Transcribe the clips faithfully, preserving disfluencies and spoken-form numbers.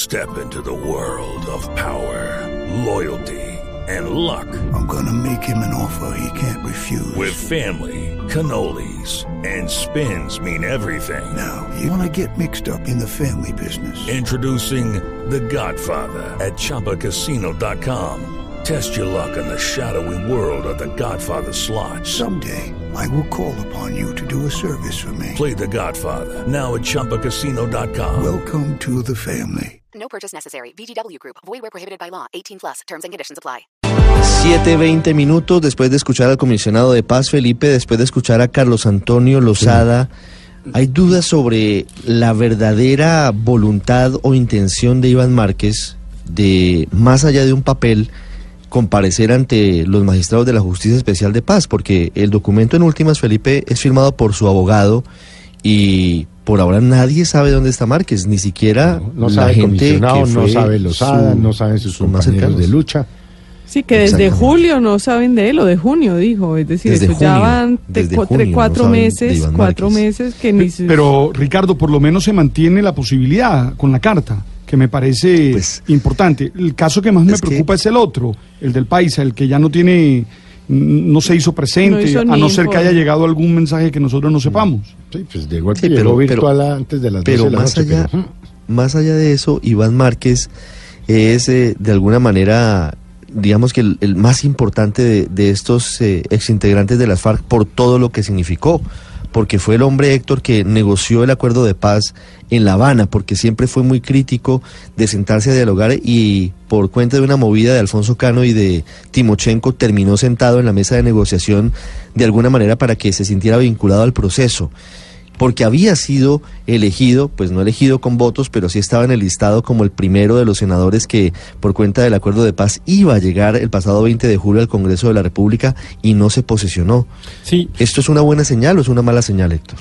Step into the world of power, loyalty, and luck. I'm gonna make him an offer he can't refuse. With family, cannolis, and spins mean everything. Now, you wanna get mixed up in the family business. Introducing The Godfather at Chumba Casino dot com. Test your luck in the shadowy world of The Godfather slot. Someday, I will call upon you to do a service for me. Play The Godfather, now at Chumba Casino dot com. Welcome to the family. No purchase necessary. V G W Group. Void where prohibited by law. eighteen plus. Terms and conditions apply. siete veinte minutos después de escuchar al comisionado de paz, Felipe, después de escuchar a Carlos Antonio Lozada, sí. Hay dudas sobre la verdadera voluntad o intención de Iván Márquez de, más allá de un papel, comparecer ante los magistrados de la Justicia Especial de Paz, porque el documento en últimas, Felipe, es firmado por su abogado y por ahora nadie sabe dónde está Márquez, ni siquiera no, no la sabe gente que no sabe Lozada, su, no saben sus compañeros de lucha. Sí, que desde julio no saben de él, o de junio, dijo, es decir, desde eso junio, ya van desde cu junio, cuatro no meses, cuatro meses que ni se... Pero, Ricardo, por lo menos se mantiene la posibilidad con la carta, que me parece pues, importante. El caso que más me preocupa que... es el otro, el del Paisa, el que ya no tiene, no se hizo presente, no hizo a no ser que haya llegado algún mensaje que nosotros no sepamos. Sí, pues llegó el sí, pero, virtual pero, antes de las pero doce de la más noche, allá, pero... más allá de eso, Iván Márquez es eh, de alguna manera, digamos que el, el más importante de, de estos eh, exintegrantes de las FARC por todo lo que significó, porque fue el hombre, Héctor, que negoció el acuerdo de paz en La Habana, porque siempre fue muy crítico de sentarse a dialogar y por cuenta de una movida de Alfonso Cano y de Timochenko terminó sentado en la mesa de negociación de alguna manera para que se sintiera vinculado al proceso, porque había sido elegido, pues no elegido con votos, pero sí estaba en el listado como el primero de los senadores que por cuenta del acuerdo de paz iba a llegar el pasado veinte de julio al Congreso de la República y no se posesionó. Sí. ¿Esto es una buena señal o es una mala señal, Héctor?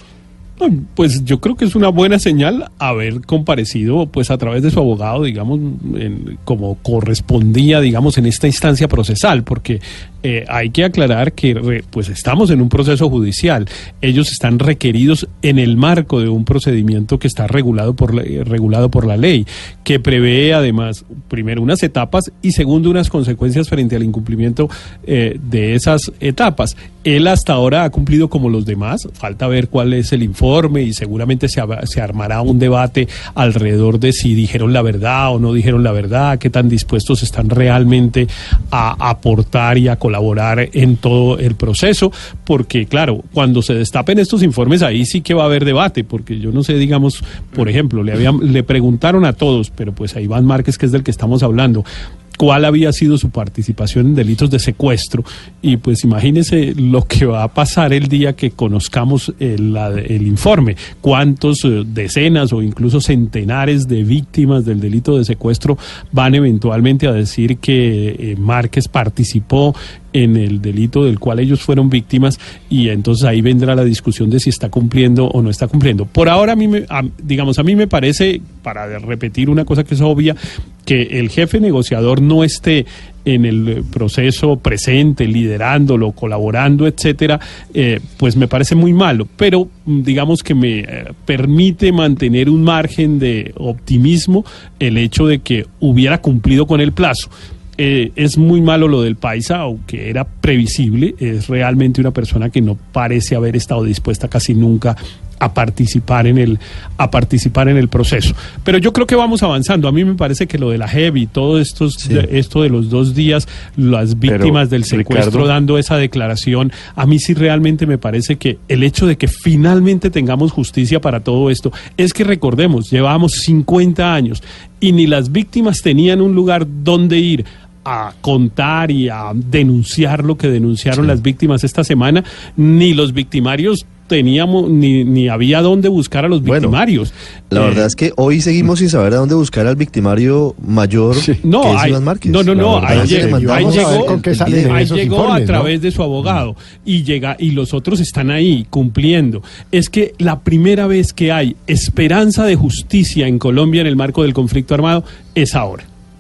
Pues yo creo que es una buena señal haber comparecido pues a través de su abogado, digamos, en, como correspondía, digamos, en esta instancia procesal, porque eh, hay que aclarar que re, pues estamos en un proceso judicial. Ellos están requeridos en el marco de un procedimiento que está regulado por la, regulado por la ley, que prevé además, primero, unas etapas y segundo, unas consecuencias frente al incumplimiento eh, de esas etapas. Él hasta ahora ha cumplido como los demás, falta ver cuál es el informe y seguramente se, se armará un debate alrededor de si dijeron la verdad o no dijeron la verdad, qué tan dispuestos están realmente a aportar y a colaborar en todo el proceso, porque claro, cuando se destapen estos informes ahí sí que va a haber debate, porque yo no sé, digamos, por ejemplo, le, habían, le preguntaron a todos, pero pues a Iván Márquez, que es del que estamos hablando, cuál había sido su participación en delitos de secuestro, y pues imagínese lo que va a pasar el día que conozcamos el, la, el informe, cuántos eh, decenas o incluso centenares de víctimas del delito de secuestro van eventualmente a decir que eh, Márquez participó en el delito del cual ellos fueron víctimas, y entonces ahí vendrá la discusión de si está cumpliendo o no está cumpliendo. Por ahora, a mí me, a, digamos, a mí me parece, para repetir una cosa que es obvia, que el jefe negociador no esté en el proceso presente, liderándolo, colaborando, etcétera, eh, pues me parece muy malo, pero digamos que me eh, permite mantener un margen de optimismo el hecho de que hubiera cumplido con el plazo. Eh, es muy malo lo del Paisa, aunque era previsible, es realmente una persona que no parece haber estado dispuesta casi nunca a participar en el a participar en el proceso, pero yo creo que vamos avanzando. A mí me parece que lo de la J E B y todo estos, sí. de, esto de los dos días, las víctimas pero, del secuestro, Ricardo, dando esa declaración, a mí sí realmente me parece que el hecho de que finalmente tengamos justicia para todo esto, es que recordemos, llevábamos cincuenta años y ni las víctimas tenían un lugar donde ir a contar y a denunciar lo que denunciaron sí. las víctimas esta semana, ni los victimarios teníamos, ni, ni había dónde buscar a los victimarios. Bueno, la eh, verdad es que hoy seguimos sin saber a dónde buscar al victimario mayor, sí. no, que es hay, Iván Márquez. No, no, no, ahí, ahí llegó, ahí llegó, ahí llegó informes, a través ¿no? de su abogado, y llega y los otros están ahí cumpliendo. Es que la primera vez que hay esperanza de justicia en Colombia en el marco del conflicto armado es ahora.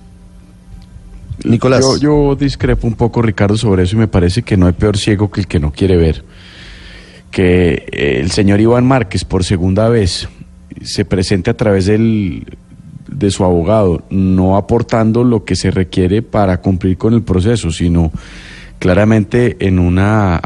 Nicolás. Yo, yo discrepo un poco, Ricardo, sobre eso, y me parece que no hay peor ciego que el que no quiere ver. Que el señor Iván Márquez por segunda vez se presente a través del, de su abogado, no aportando lo que se requiere para cumplir con el proceso, sino claramente en una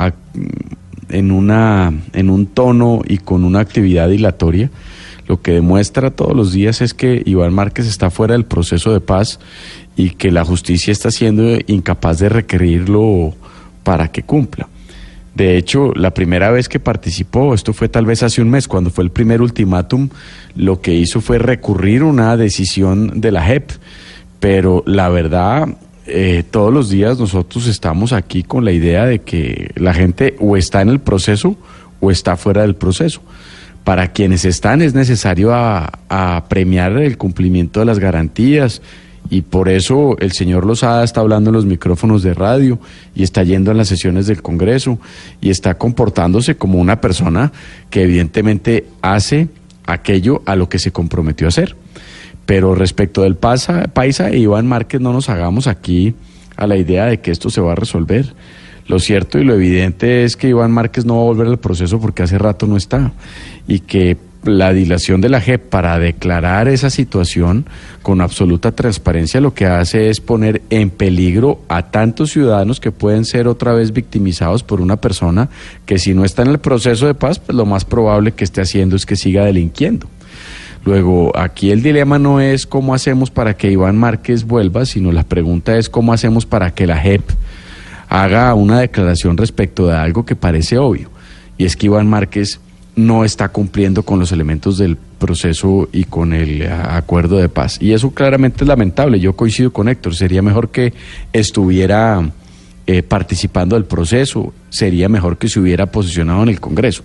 en una en un tono y con una actividad dilatoria, lo que demuestra todos los días es que Iván Márquez está fuera del proceso de paz y que la justicia está siendo incapaz de requerirlo para que cumpla. De hecho, la primera vez que participó, esto fue tal vez hace un mes, cuando fue el primer ultimátum, lo que hizo fue recurrir una decisión de la J E P, pero la verdad, eh, todos los días nosotros estamos aquí con la idea de que la gente o está en el proceso o está fuera del proceso. Para quienes están es necesario a, a premiar el cumplimiento de las garantías, y por eso el señor Lozada está hablando en los micrófonos de radio y está yendo en las sesiones del Congreso y está comportándose como una persona que evidentemente hace aquello a lo que se comprometió a hacer. Pero respecto del pasa, paisa e Iván Márquez, no nos hagamos aquí a la idea de que esto se va a resolver. Lo cierto y lo evidente es que Iván Márquez no va a volver al proceso porque hace rato no está, y que la dilación de la J E P para declarar esa situación con absoluta transparencia lo que hace es poner en peligro a tantos ciudadanos que pueden ser otra vez victimizados por una persona que, si no está en el proceso de paz, pues lo más probable que esté haciendo es que siga delinquiendo. Luego, aquí el dilema no es cómo hacemos para que Iván Márquez vuelva, sino la pregunta es cómo hacemos para que la J E P haga una declaración respecto de algo que parece obvio, y es que Iván Márquez no está cumpliendo con los elementos del proceso y con el acuerdo de paz. Y eso claramente es lamentable. Yo coincido con Héctor, sería mejor que estuviera eh, participando del proceso, sería mejor que se hubiera posicionado en el Congreso.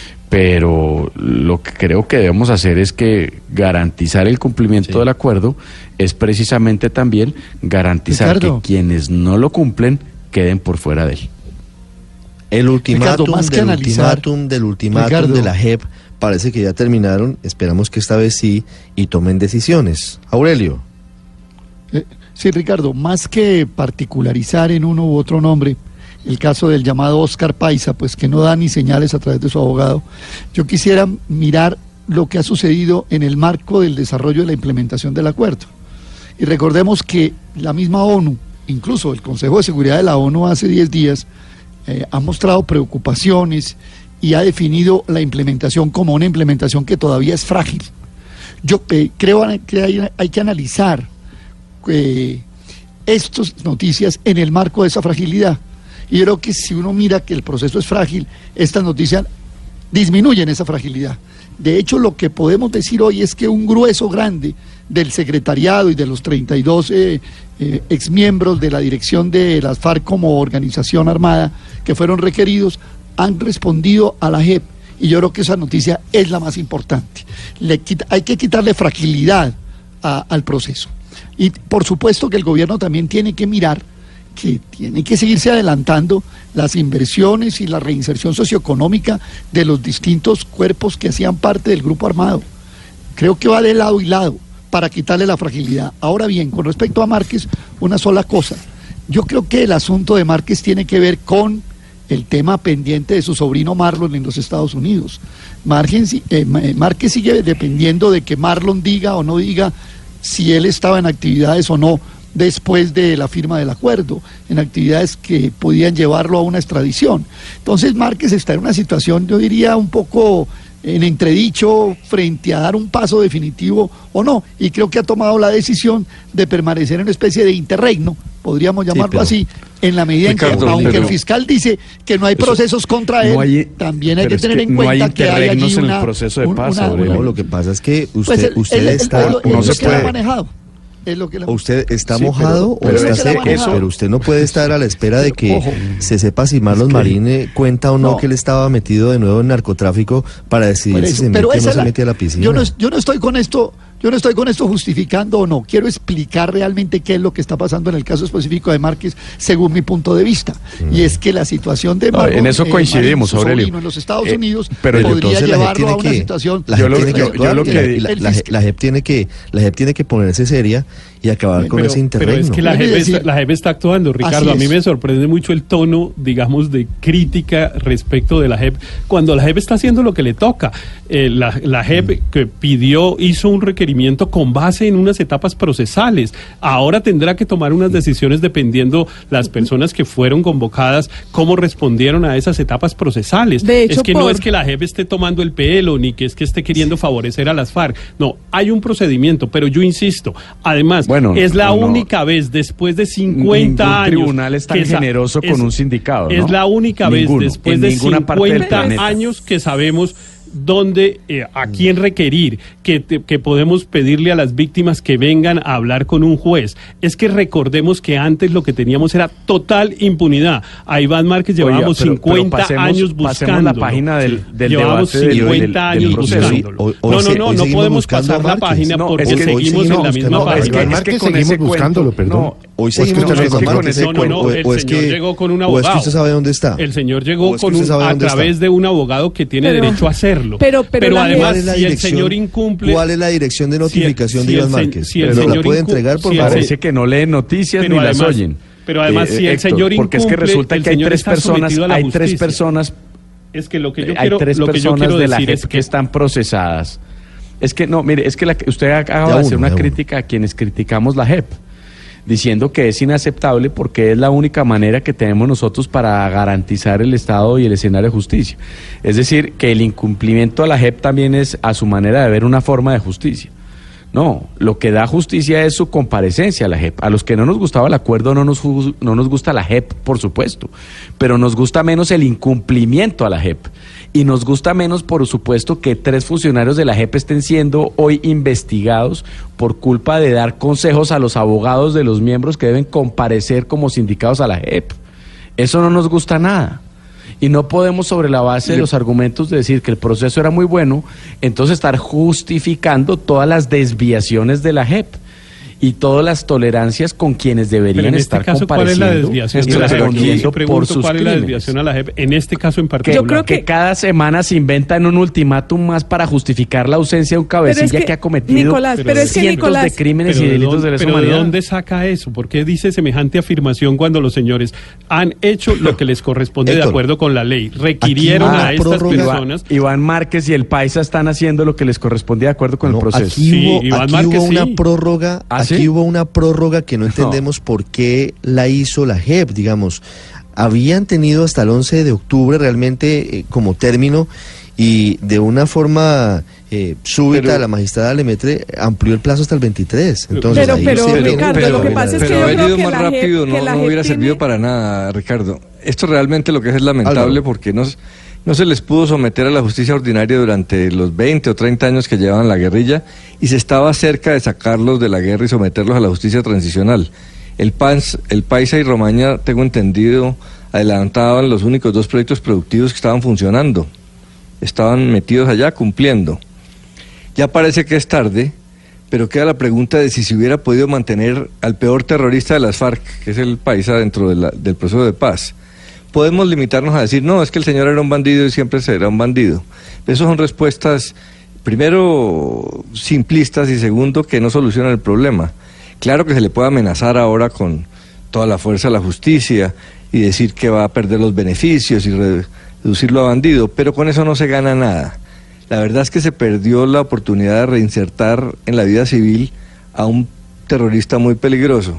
Pero lo que creo que debemos hacer es que garantizar el cumplimiento sí. del acuerdo es precisamente también garantizar Ricardo. que quienes no lo cumplen queden por fuera de él. El ultimátum del ultimátum del ultimátum de la J E P parece que ya terminaron. Esperamos que esta vez sí y tomen decisiones. Aurelio. Eh, sí, Ricardo, más que particularizar en uno u otro nombre el caso del llamado Oscar Paisa, pues que no da ni señales a través de su abogado, yo quisiera mirar lo que ha sucedido en el marco del desarrollo de la implementación del acuerdo. Y recordemos que la misma ONU, incluso el Consejo de Seguridad de la ONU hace diez días, Eh, ha mostrado preocupaciones y ha definido la implementación como una implementación que todavía es frágil. Yo eh, creo que hay, hay que analizar eh, estas noticias en el marco de esa fragilidad. Y yo creo que si uno mira que el proceso es frágil, estas noticias disminuyen esa fragilidad. De hecho, lo que podemos decir hoy es que un grueso grande del secretariado y de los treinta y dos eh, eh, exmiembros de la dirección de las FARC como organización armada que fueron requeridos han respondido a la J E P, y yo creo que esa noticia es la más importante. Le quita, hay que quitarle fragilidad a, al proceso, y por supuesto que el gobierno también tiene que mirar que tiene que seguirse adelantando las inversiones y la reinserción socioeconómica de los distintos cuerpos que hacían parte del grupo armado. Creo que va de lado y lado para quitarle la fragilidad. Ahora bien, con respecto a Márquez, una sola cosa. Yo creo que el asunto de Márquez tiene que ver con el tema pendiente de su sobrino Marlon en los Estados Unidos. Márquez, eh, Márquez sigue dependiendo de que Marlon diga o no diga si él estaba en actividades o no después de la firma del acuerdo, en actividades que podían llevarlo a una extradición. Entonces Márquez está en una situación, yo diría, un poco en entredicho frente a dar un paso definitivo o no, y creo que ha tomado la decisión de permanecer en una especie de interregno, podríamos llamarlo sí, pero, así, en la medida Ricardo, en que, aunque el fiscal dice que no hay procesos contra él, no hay, también hay que tener que en cuenta no que hay allí una, en el proceso de paz, una, una, no, lo que pasa es que usted, pues el, usted el, está... El, el, no el, se puede manejado. Es lo que le... ¿Usted está sí, pero, mojado pero o está seco? Pero usted no puede estar a la espera de que Ojo. se sepa si Marlon es que... Marín eh, cuenta o no, no que él estaba metido de nuevo en narcotráfico para decidir si se mete o no se la... mete a la piscina. Yo no, yo no estoy con esto... Yo no estoy con esto justificando o no, quiero explicar realmente qué es lo que está pasando en el caso específico de Márquez, según mi punto de vista. Mm. Y es que la situación de Marlon, no, en eso coincidimos, eh, Aurelio. En los Estados eh, Unidos pero podría llevarlo a una que, situación... La J E P tiene que la J E P tiene que ponerse seria y acabar pero, con ese interregno. Pero es que la J E P, está, la J E P está actuando, Ricardo. A mí me sorprende mucho el tono, digamos, de crítica respecto de la J E P, cuando la J E P está haciendo lo que le toca. Eh, la, la J E P mm. que pidió, hizo un requerimiento procedimiento con base en unas etapas procesales. Ahora tendrá que tomar unas decisiones dependiendo las personas que fueron convocadas, cómo respondieron a esas etapas procesales. De hecho, es que por... no es que la J E P esté tomando el pelo, ni que es que esté queriendo favorecer a las FARC. No, hay un procedimiento, pero yo insisto, además, bueno, es la no, única no. vez después de cincuenta ningún años... tribunal es tan generoso es, con un sindicado, ¿no? Es la única Ninguno, vez después de cincuenta años que sabemos dónde, eh, a quién requerir, que, te, que podemos pedirle a las víctimas que vengan a hablar con un juez. Es que recordemos que antes lo que teníamos era total impunidad. A Iván Márquez llevábamos Oiga, pero, cincuenta pero pasemos, años buscándolo. la página del, del llevábamos debate cincuenta del, años del, del buscándolo. Hoy, hoy, no, no, no, hoy no podemos pasar la página no, porque seguimos, seguimos en la misma no, página. Es que, es que seguimos buscándolo, perdón. No, hoy seguimos buscándolo. No, no, no, el señor llegó con un abogado. ¿O es que usted sabe dónde está? El señor llegó con un, a través de un abogado que tiene derecho a hacerlo. Pero además, si el señor incumple... ¿Cuál es la dirección de notificación si de Iván si Márquez? Si el pero señor la puede entregar, por si favor. Parece que no leen noticias pero ni además, las oyen. Pero además, eh, si el Héctor, señor incumple... Porque es que resulta que hay tres personas... Hay tres personas... Es que lo que yo hay quiero, tres lo que yo quiero personas de la decir J E P es que, que están procesadas. Es que, no, mire, es que la, usted acaba de, de hacer uno, una crítica a quienes criticamos la J E P, diciendo que es inaceptable porque es la única manera que tenemos nosotros para garantizar el Estado y el escenario de justicia. Es decir, que el incumplimiento a la J E P también es, a su manera de ver, una forma de justicia. No, lo que da justicia es su comparecencia a la J E P. A los que no nos gustaba el acuerdo no nos, no nos gusta la J E P, por supuesto, pero nos gusta menos el incumplimiento a la J E P. Y nos gusta menos, por supuesto, que tres funcionarios de la J E P estén siendo hoy investigados por culpa de dar consejos a los abogados de los miembros que deben comparecer como sindicados a la J E P. Eso no nos gusta nada. Y no podemos, sobre la base de los argumentos de decir que el proceso era muy bueno, entonces estar justificando todas las desviaciones de la J E P y todas las tolerancias con quienes deberían en estar este caso, compareciendo. ¿cuál es la desviación y respondiendo por sus ¿cuál es la crímenes? desviación a la J E P en este caso en particular? Yo creo que, que cada semana se inventan un ultimátum más para justificar la ausencia de un cabecilla es que, que ha cometido Nicolás, pero es que, cientos Nicolás, de crímenes y delitos de lesa humanidad. humanidad. ¿De dónde saca eso? ¿Por qué dice semejante afirmación cuando los señores han hecho lo que les corresponde Héctor, de acuerdo con la ley? Requirieron a estas prórroga, Iván, personas... Iván Márquez y el Paisa están haciendo lo que les corresponde de acuerdo con no, el proceso. Aquí hubo, sí, Iván aquí Márquez, hubo una sí. prórroga, ¿Ah, aquí sí? hubo una prórroga que no entendemos no. por qué la hizo la J E P, digamos. Habían tenido hasta el once de octubre realmente eh, como término y de una forma eh, súbita pero, la magistrada Lemaitre amplió el plazo hasta el veintitrés. Entonces, pero, ahí pero se Ricardo, viene, lo que pasa es que yo creo que más la rápido J E P, no, que la no hubiera tiene... servido para nada, Ricardo. Esto realmente lo que es, es lamentable Álvaro. porque no, no se les pudo someter a la justicia ordinaria durante los veinte o treinta años que llevaban la guerrilla y se estaba cerca de sacarlos de la guerra y someterlos a la justicia transicional. El, PANS, el Paisa y Romaña, tengo entendido, adelantaban los únicos dos proyectos productivos que estaban funcionando. Estaban metidos allá cumpliendo. Ya parece que es tarde, pero queda la pregunta de si se hubiera podido mantener al peor terrorista de las FARC, que es el Paisa, dentro de la, del proceso de paz. Podemos limitarnos a decir, no, es que el señor era un bandido y siempre será un bandido. Esas son respuestas, primero, simplistas y segundo, que no solucionan el problema. Claro que se le puede amenazar ahora con toda la fuerza de la justicia y decir que va a perder los beneficios y reducirlo a bandido, pero con eso no se gana nada. La verdad es que se perdió la oportunidad de reinsertar en la vida civil a un terrorista muy peligroso.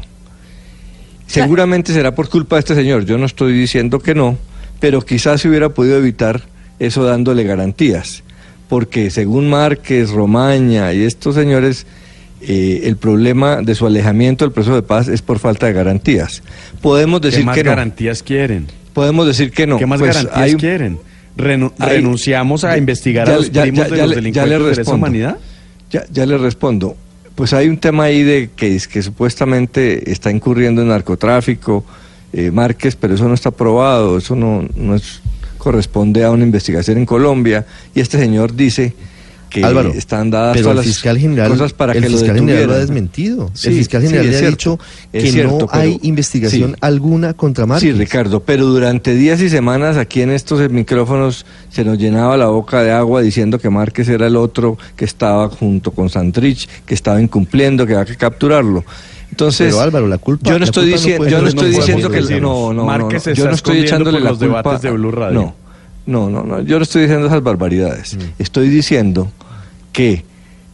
Seguramente será por culpa de este señor, yo no estoy diciendo que no, pero quizás se hubiera podido evitar eso dándole garantías, porque según Márquez, Romaña y estos señores... Eh, el problema de su alejamiento del proceso de paz es por falta de garantías. Podemos decir que no. ¿Qué más garantías quieren? Podemos decir que no. ¿Qué más pues garantías hay, quieren? Renu hay, ¿Renunciamos a investigar ya, a los ya, primos ya, de ya, los delincuentes de lesa humanidad? Ya, ya le respondo. Pues hay un tema ahí de que, que supuestamente está incurriendo en narcotráfico, eh, Márquez, pero eso no está probado, eso no, no es, corresponde a una investigación en Colombia, y este señor dice... que Álvaro, están dadas pero todas el fiscal las general, cosas para el que fiscal lo general detuvieran. lo ha desmentido. Sí, el fiscal general sí, le ha cierto, dicho que cierto, no hay pero, investigación sí. alguna contra Márquez. Sí, Ricardo, pero durante días y semanas aquí en estos micrófonos se nos llenaba la boca de agua diciendo que Márquez era el otro que estaba junto con Santrich, que estaba incumpliendo, que había que capturarlo. Entonces, pero Álvaro, la culpa, yo no estoy diciendo, no yo no estoy no diciendo que decir, no, no, Márquez no, no, yo no estoy echándole la los culpa debates de Blue Radio. No, no, no, no, yo no estoy diciendo esas barbaridades. Mm. Estoy diciendo que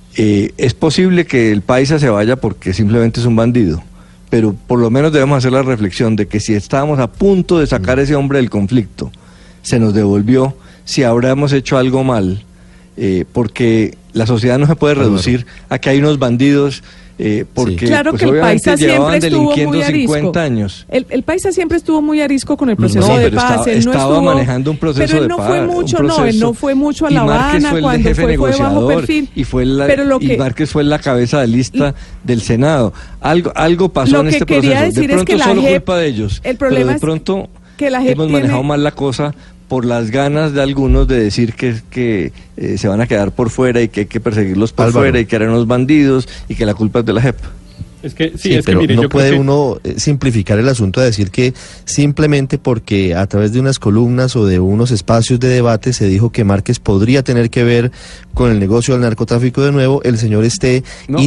Eh, es posible que el paisa se vaya porque simplemente es un bandido, pero por lo menos debemos hacer la reflexión de que si estábamos a punto de sacar a ese hombre del conflicto, se nos devolvió, si habríamos hecho algo mal, eh, porque la sociedad no se puede reducir a que hay unos bandidos, eh, porque sí. Claro pues, que el paisa siempre estuvo muy arisco. cincuenta años. El, el paisa siempre estuvo muy arisco con el proceso no, de pero paz. Estaba, él no estaba estuvo, manejando un proceso pero él de no paz. Fue mucho, no, él no fue mucho a La Habana fue cuando jefe fue, fue bajo perfil. Y, fue la, pero lo que, y Márquez fue la cabeza de lista y, del Senado. Algo, algo pasó en este proceso. Decir de pronto es que la solo J E P, culpa de ellos. El problema pero de pronto es que la J E P hemos tiene... manejado mal la cosa por las ganas de algunos de decir que, que eh, se van a quedar por fuera y que hay que perseguirlos por Álvaro. fuera y que eran unos bandidos y que la culpa es de la J E P. Es que, sí, sí, es pero que, mire, no yo puede creo que... uno simplificar el asunto a decir que simplemente porque a través de unas columnas o de unos espacios de debate se dijo que Márquez podría tener que ver con el negocio del narcotráfico de nuevo, el señor esté no,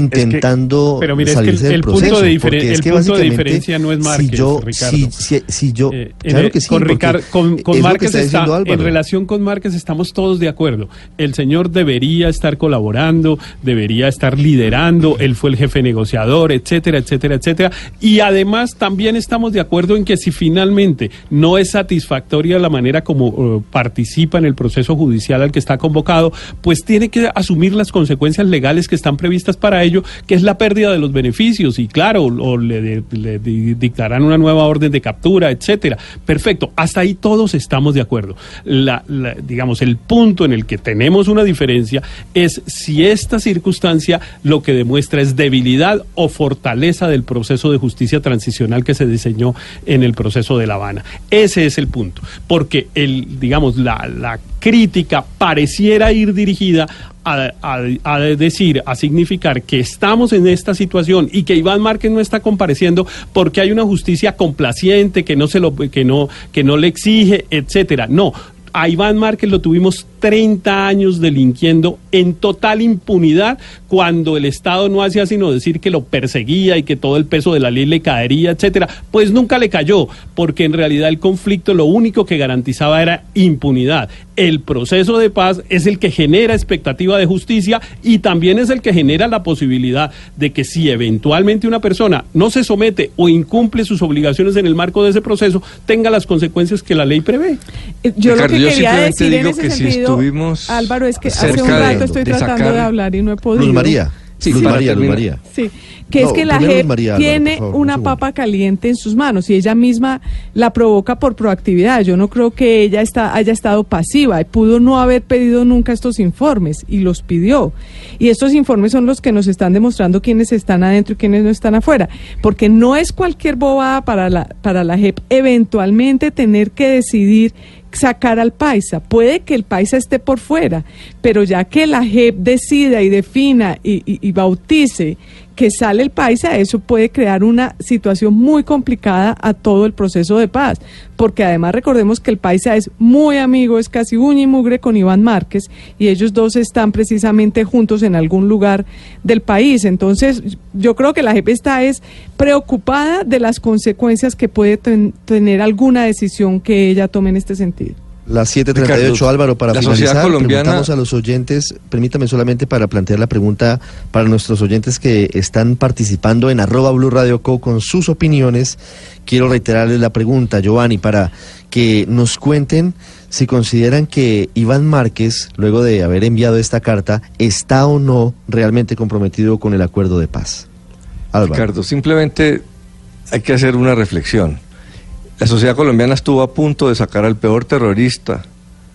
es intentando que, pero mire, salirse es que el, del el proceso. Punto de difer- es el que punto de diferencia no es Márquez, si yo, Ricardo. Si, si, si yo, eh, claro que sí, con, Ricardo, con, con Márquez está, está en relación con Márquez estamos todos de acuerdo. El señor debería estar colaborando, debería estar liderando, él fue el jefe negociador, etcétera, etcétera, etcétera, y además también estamos de acuerdo en que si finalmente no es satisfactoria la manera como uh, participa en el proceso judicial al que está convocado, pues tiene que asumir las consecuencias legales que están previstas para ello, que es la pérdida de los beneficios, y claro, o le, de, le de, dictarán una nueva orden de captura, etcétera. Perfecto, hasta ahí todos estamos de acuerdo. La, la, digamos, el punto en el que tenemos una diferencia es si esta circunstancia lo que demuestra es debilidad o fortaleza del proceso de justicia transicional que se diseñó en el proceso de La Habana. Ese es el punto, porque el, digamos, la, la crítica pareciera ir dirigida a, a, a decir, a significar que estamos en esta situación y que Iván Márquez no está compareciendo porque hay una justicia complaciente que no se lo, que no, que no le exige, etcétera. No. A Iván Márquez lo tuvimos treinta años delinquiendo en total impunidad cuando el Estado no hacía sino decir que lo perseguía y que todo el peso de la ley le caería, etcétera. Pues nunca le cayó, porque en realidad el conflicto lo único que garantizaba era impunidad. El proceso de paz es el que genera expectativa de justicia y también es el que genera la posibilidad de que si eventualmente una persona no se somete o incumple sus obligaciones en el marco de ese proceso, tenga las consecuencias que la ley prevé. Yo Ricardo, lo que quería decir en ese sentido, si Álvaro, es que hace un rato de, estoy de tratando sacar... de hablar y no he podido. Luz María. Sí, Luz María, Luz María. Sí, que no, es que la J E P tiene favor, una un papa caliente en sus manos y ella misma la provoca por proactividad. Yo no creo que ella está, haya estado pasiva y pudo no haber pedido nunca estos informes y los pidió. Y estos informes son los que nos están demostrando quiénes están adentro y quiénes no están afuera. Porque no es cualquier bobada para la, para la J E P eventualmente tener que decidir sacar al paisa. Puede que el paisa esté por fuera, pero ya que la J E P decida y defina y, y, y bautice que sale el paisa, eso puede crear una situación muy complicada a todo el proceso de paz, porque además recordemos que el paisa es muy amigo, es casi uña y mugre con Iván Márquez, y ellos dos están precisamente juntos en algún lugar del país. Entonces yo creo que la J E P está es preocupada de las consecuencias que puede ten, tener alguna decisión que ella tome en este sentido. Las siete treinta y ocho, Álvaro, para la finalizar, colombiana... preguntamos a los oyentes, permítame solamente para plantear la pregunta para nuestros oyentes que están participando en arroba Blue Radio Co con sus opiniones. Quiero reiterarles la pregunta, Giovanni, para que nos cuenten si consideran que Iván Márquez, luego de haber enviado esta carta, está o no realmente comprometido con el acuerdo de paz. Álvaro. Ricardo, simplemente hay que hacer una reflexión. La sociedad colombiana estuvo a punto de sacar al peor terrorista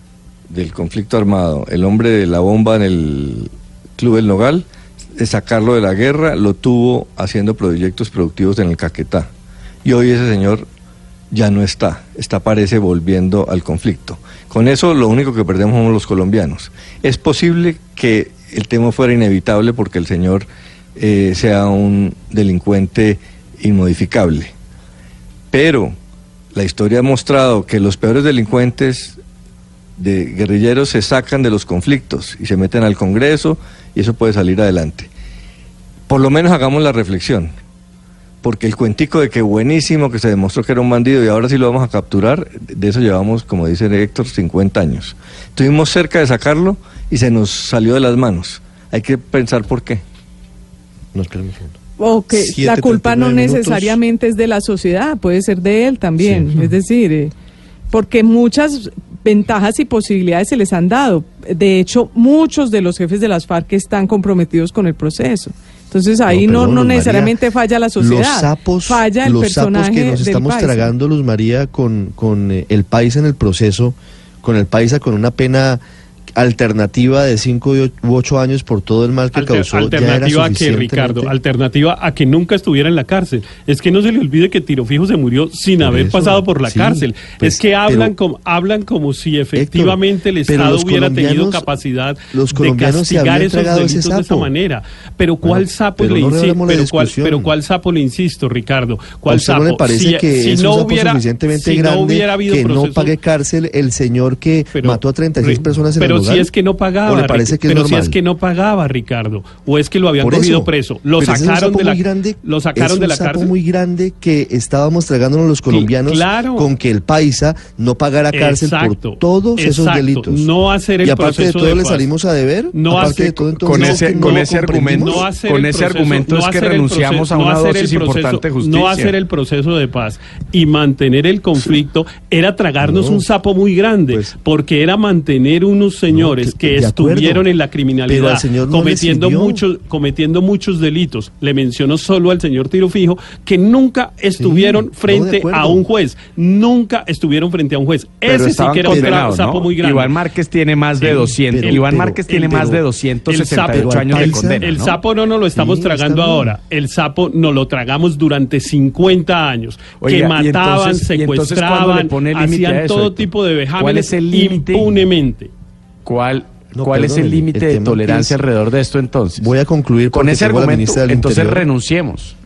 del conflicto armado, el hombre de la bomba en el Club El Nogal, de sacarlo de la guerra, lo tuvo haciendo proyectos productivos en el Caquetá. Y hoy ese señor ya no está, está parece volviendo al conflicto. Con eso lo único que perdemos somos los colombianos. Es posible que el tema fuera inevitable porque el señor eh, sea un delincuente inmodificable, pero la historia ha mostrado que los peores delincuentes de guerrilleros se sacan de los conflictos y se meten al Congreso y eso puede salir adelante. Por lo menos hagamos la reflexión, porque el cuentico de que buenísimo, que se demostró que era un bandido y ahora sí lo vamos a capturar, de eso llevamos, como dice Héctor, cincuenta años. Estuvimos cerca de sacarlo y se nos salió de las manos. hay que pensar por qué. No, espérame un segundo. O que la culpa no necesariamente es de la sociedad, puede ser de él también. Sí. Es decir, eh, porque muchas ventajas y posibilidades se les han dado. De hecho, muchos de los jefes de las FARC están comprometidos con el proceso. Entonces ahí no, no, no necesariamente María, falla la sociedad, los sapos, falla el los personaje sapos que nos estamos Paisa. tragando, Luz María, con, con eh, el Paisa en el proceso, con el Paisa con una pena alternativa de cinco u ocho años por todo el mal que Alter, causó. Alternativa a que, Ricardo, alternativa a que nunca estuviera en la cárcel. Es que no se le olvide que Tirofijo se murió sin por haber eso, pasado por la sí, cárcel. Pues, es que hablan, pero, como, hablan como si efectivamente Héctor, el Estado hubiera tenido capacidad de castigar esos delitos de esa manera. Pero ¿cuál bueno, sapo le no insisto? Pero cuál, pero ¿cuál sapo le insisto, Ricardo? ¿Cuál sapo? ¿No le parece si, que si es no un sapo hubiera, suficientemente si grande no hubiera habido que proceso, no pague cárcel el señor que pero, mató a treinta y seis personas en el lugar? Pero si es que no pagaba. ¿O le parece que es pero normal? si es que no pagaba, Ricardo, o es que lo habían Por cogido eso, preso, lo sacaron de la grande, lo sacaron de la cárcel. Es un sapo muy grande que estábamos tragándonos los colombianos claro. con que el Paisa no pagara cárcel exacto, por todos exacto. esos delitos. No hacer el y aparte proceso de todo de le paz. salimos a deber. No aparte hacer, de todo, entonces, con ese no con ese argumento, no con ese proceso, argumento no es que renunciamos proceso, a una no dosis proceso, importante de justicia. No hacer el proceso de paz y mantener el conflicto sí. era tragarnos no. un sapo muy grande, pues, porque era mantener unos señores no, que, que estuvieron en la criminalidad no cometiendo muchos cometiendo muchos delitos. Le menciono solo al señor Tirofijo que nunca estuvieron sí, frente a un juez, nunca estuvieron frente a un juez. Pero ese sí que era un sapo ¿no? muy grande. Iván Márquez tiene más de doscientos. Pero, Iván pero, Márquez tiene pero, más de doscientos sesenta y ocho años el, de condena. El ¿no? sapo no nos lo estamos sí, tragando ahora. El sapo nos lo tragamos durante cincuenta años. Oiga, que mataban, entonces, secuestraban, hacían todo tipo de vejámenes impunemente. ¿Cuál? No, ¿Cuál perdón, es el límite de tolerancia es, alrededor de esto entonces? Voy a concluir con ese argumento. Entonces interior. renunciemos.